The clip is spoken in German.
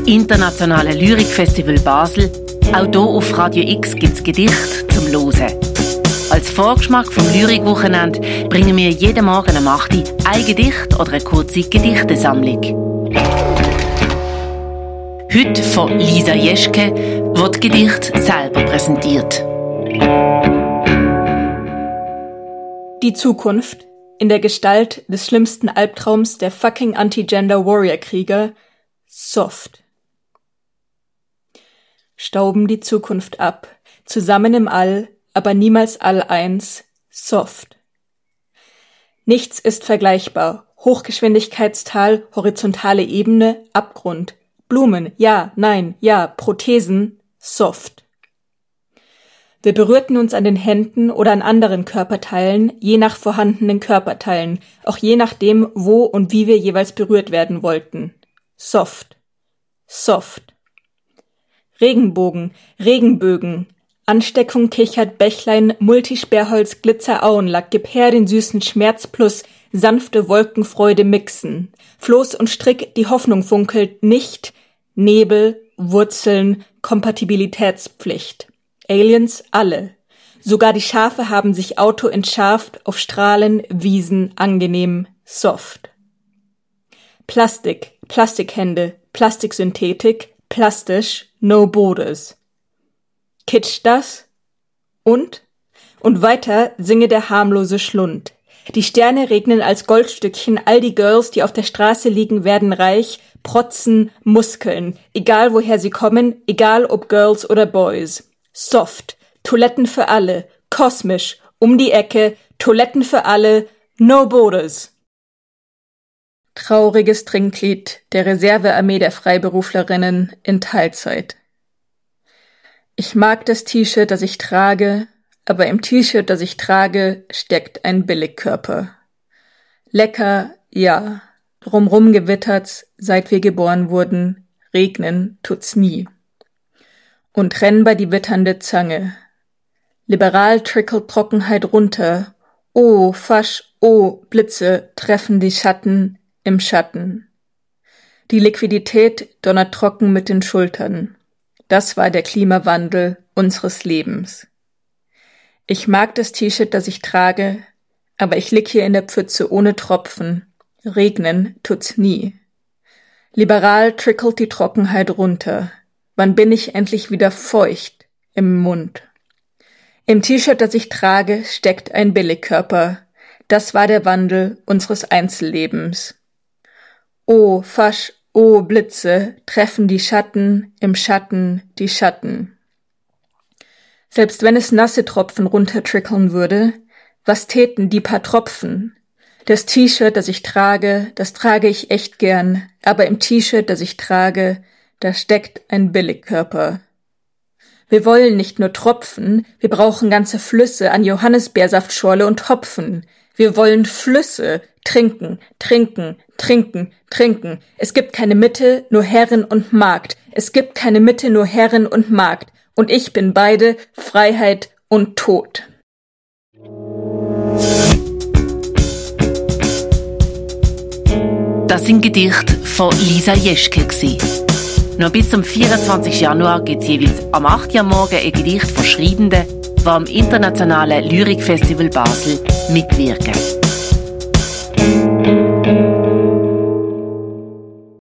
Internationale Lyrikfestival Basel. Auch hier auf Radio X gibt es Gedichte zum Hören. Als Vorgeschmack vom Lyrikwochenende bringen wir jeden Morgen am 8 Uhr ein Gedicht oder eine kurze Gedichtesammlung. Heute von Lisa Jeschke, die das Gedicht selber präsentiert. Die Zukunft in der Gestalt des schlimmsten Albtraums der fucking Anti-Gender-Warrior-Krieger, Soft. Stauben die Zukunft ab, zusammen im All, aber niemals all eins, Soft. Nichts ist vergleichbar, Hochgeschwindigkeitstal, horizontale Ebene, Abgrund, Blumen, ja, nein, ja, Prothesen, Soft. Wir berührten uns an den Händen oder an anderen Körperteilen, je nach vorhandenen Körperteilen, auch je nachdem, wo und wie wir jeweils berührt werden wollten. Soft. Soft. Regenbogen, Regenbögen, Ansteckung kichert Bächlein, Multisperrholz, Glitzer, Auenlack, gib her den süßen Schmerz plus sanfte Wolkenfreude mixen. Floß und Strick, die Hoffnung funkelt nicht, Nebel, Wurzeln, Kompatibilitätspflicht. Aliens alle. Sogar die Schafe haben sich Auto entscharft auf Strahlen, Wiesen, angenehm, soft. Plastik, Plastikhände, Plastiksynthetik, plastisch, no borders. Kitsch das? Und weiter singe der harmlose Schlund. Die Sterne regnen als Goldstückchen, all die Girls, die auf der Straße liegen, werden reich, protzen Muskeln, egal woher sie kommen, egal ob Girls oder Boys. Soft, Toiletten für alle, kosmisch, um die Ecke, Toiletten für alle, no borders. Trauriges Trinklied der Reservearmee der Freiberuflerinnen in Teilzeit. Ich mag das T-Shirt, das ich trage, aber im T-Shirt, das ich trage, steckt ein Billigkörper. Lecker, ja, drumrum gewittert's, seit wir geboren wurden, regnen tut's nie. Und trennbar die witternde Zange. Liberal trickelt Trockenheit runter. Oh, Fasch, oh, Blitze treffen die Schatten im Schatten. Die Liquidität donnert trocken mit den Schultern. Das war der Klimawandel unseres Lebens. Ich mag das T-Shirt, das ich trage, aber ich lieg hier in der Pfütze ohne Tropfen. Regnen tut's nie. Liberal trickelt die Trockenheit runter. Wann bin ich endlich wieder feucht im Mund? Im T-Shirt, das ich trage, steckt ein Billigkörper. Das war der Wandel unseres Einzellebens. Oh, Fasch, oh, Blitze treffen die Schatten im Schatten die Schatten. Selbst wenn es nasse Tropfen runtertrickeln würde, was täten die paar Tropfen? Das T-Shirt, das ich trage, das trage ich echt gern, aber im T-Shirt, das ich trage, da steckt ein Billigkörper. Wir wollen nicht nur Tropfen, wir brauchen ganze Flüsse an Johannisbeersaftschorle und Hopfen. Wir wollen Flüsse, trinken, trinken, trinken, trinken. Es gibt keine Mitte, nur Herren und Markt. Es gibt keine Mitte, nur Herren und Markt. Und ich bin beide, Freiheit und Tod. Das sind Gedichte von Lisa Jeschke. Noch bis zum 24. Januar gibt es jeweils am 8. Uhr am Morgen ein Gedicht von Schreibenden, die am Internationalen Lyrikfestival Basel mitwirken.